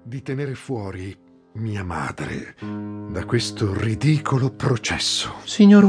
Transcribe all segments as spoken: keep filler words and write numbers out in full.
di tenere fuori mia madre da questo ridicolo processo. Signor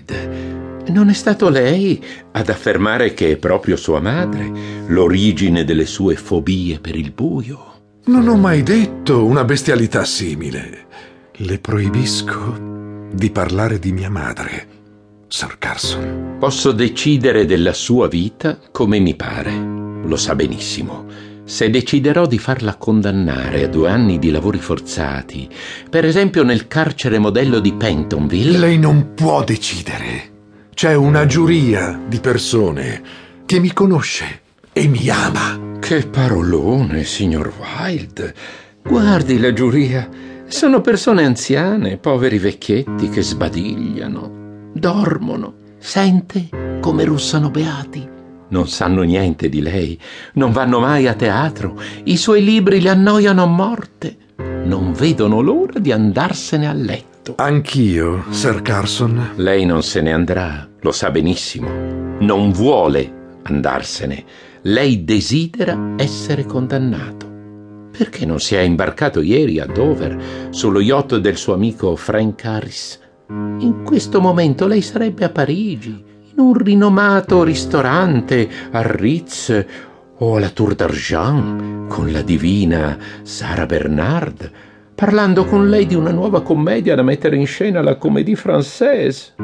Wilde, non è stato lei ad affermare che è proprio sua madre l'origine delle sue fobie per il buio? Non ho mai detto una bestialità simile. Le proibisco di parlare di mia madre, Sir Carson. Posso decidere della sua vita come mi pare. Lo sa benissimo. Se deciderò di farla condannare a due anni di lavori forzati, per esempio nel carcere modello di Pentonville... Lei non può decidere. C'è una giuria di persone che mi conosce e mi ama. Che parolone, signor Wilde. Guardi la giuria. Sono persone anziane, poveri vecchietti che sbadigliano, dormono. Sente come russano beati. Non sanno niente di lei, non vanno mai a teatro, i suoi libri li annoiano a morte. Non vedono l'ora di andarsene a letto. Anch'io, Sir Carson. Lei non se ne andrà, lo sa benissimo. Non vuole andarsene. Lei desidera essere condannato. Perché non si è imbarcato ieri a Dover sullo yacht del suo amico Frank Harris? In questo momento lei sarebbe a Parigi, in un rinomato ristorante al Ritz o alla Tour d'Argent con la divina Sarah Bernard, parlando con lei di una nuova commedia da mettere in scena alla Comédie Française.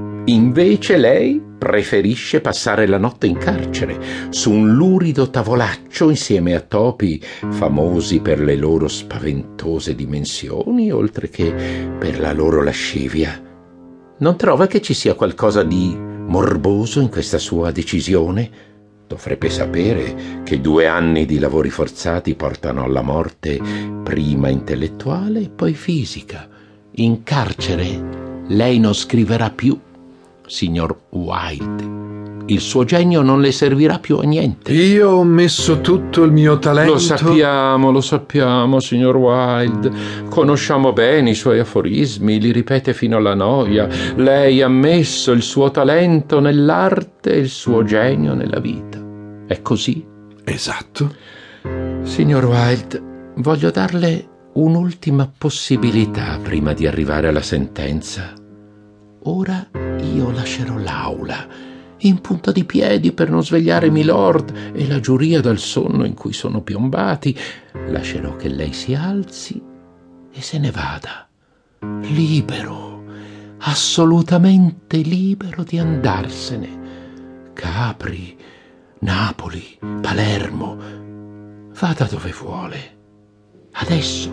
Invece lei preferisce passare la notte in carcere, su un lurido tavolaccio insieme a topi famosi per le loro spaventose dimensioni, oltre che per la loro lascivia. Non trova che ci sia qualcosa di morboso in questa sua decisione? Dovrebbe sapere che due anni di lavori forzati portano alla morte prima intellettuale e poi fisica. In carcere lei non scriverà più, signor Wilde. Il suo genio non le servirà più a niente. Io ho messo tutto il mio talento... Lo sappiamo, lo sappiamo, signor Wilde. Conosciamo bene i suoi aforismi, li ripete fino alla noia. Lei ha messo il suo talento nell'arte e il suo genio nella vita. È così? Esatto. Signor Wilde, voglio darle un'ultima possibilità prima di arrivare alla sentenza. Ora io lascerò l'aula, in punta di piedi per non svegliare Milord e la giuria dal sonno in cui sono piombati. Lascerò che lei si alzi e se ne vada, libero, assolutamente libero di andarsene. Capri, Napoli, Palermo, vada dove vuole. Adesso,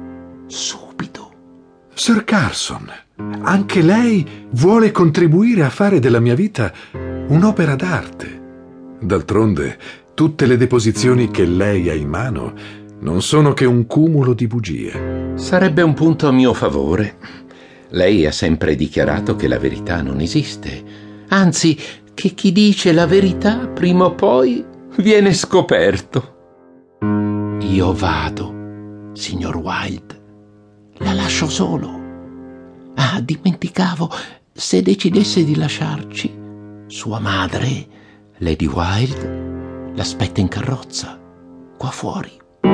subito. Sir Carson, anche lei vuole contribuire a fare della mia vita un'opera d'arte. D'altronde, tutte le deposizioni che lei ha in mano non sono che un cumulo di bugie. Sarebbe un punto a mio favore. Lei ha sempre dichiarato che la verità non esiste. Anzi, che chi dice la verità prima o poi viene scoperto. Io vado, signor Wilde. La lascio solo. Ah, dimenticavo, se decidesse di lasciarci, sua madre, Lady Wilde, l'aspetta in carrozza, qua fuori.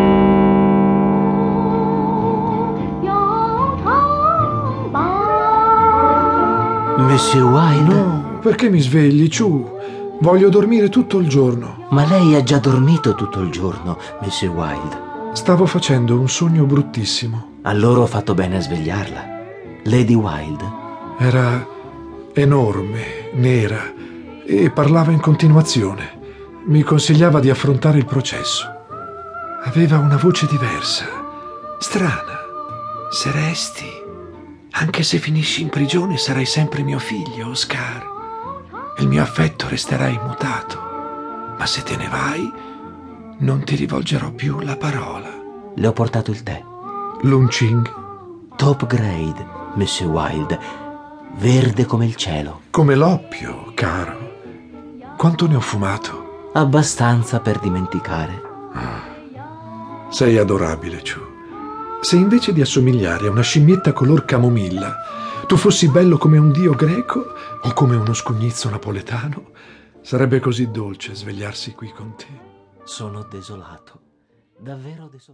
Monsieur Wilde? No, perché mi svegli, Ciù? Voglio dormire tutto il giorno. Ma lei ha già dormito tutto il giorno, Monsieur Wilde. Stavo facendo un sogno bruttissimo. Allora ho fatto bene a svegliarla. Lady Wilde? Era enorme, nera e parlava in continuazione. Mi consigliava di affrontare il processo. Aveva una voce diversa, strana. Se resti, anche se finisci in prigione, sarai sempre mio figlio, Oscar. Il mio affetto resterà immutato. Ma se te ne vai, non ti rivolgerò più la parola. Le ho portato il tè. Lunching. Top grade, Monsieur Wilde. Verde come il cielo. Come l'oppio, caro. Quanto ne ho fumato? Abbastanza per dimenticare. Ah, sei adorabile, Ciù. Se invece di assomigliare a una scimmietta color camomilla, tu fossi bello come un dio greco o come uno scugnizzo napoletano, sarebbe così dolce svegliarsi qui con te. Sono desolato. Davvero desolato.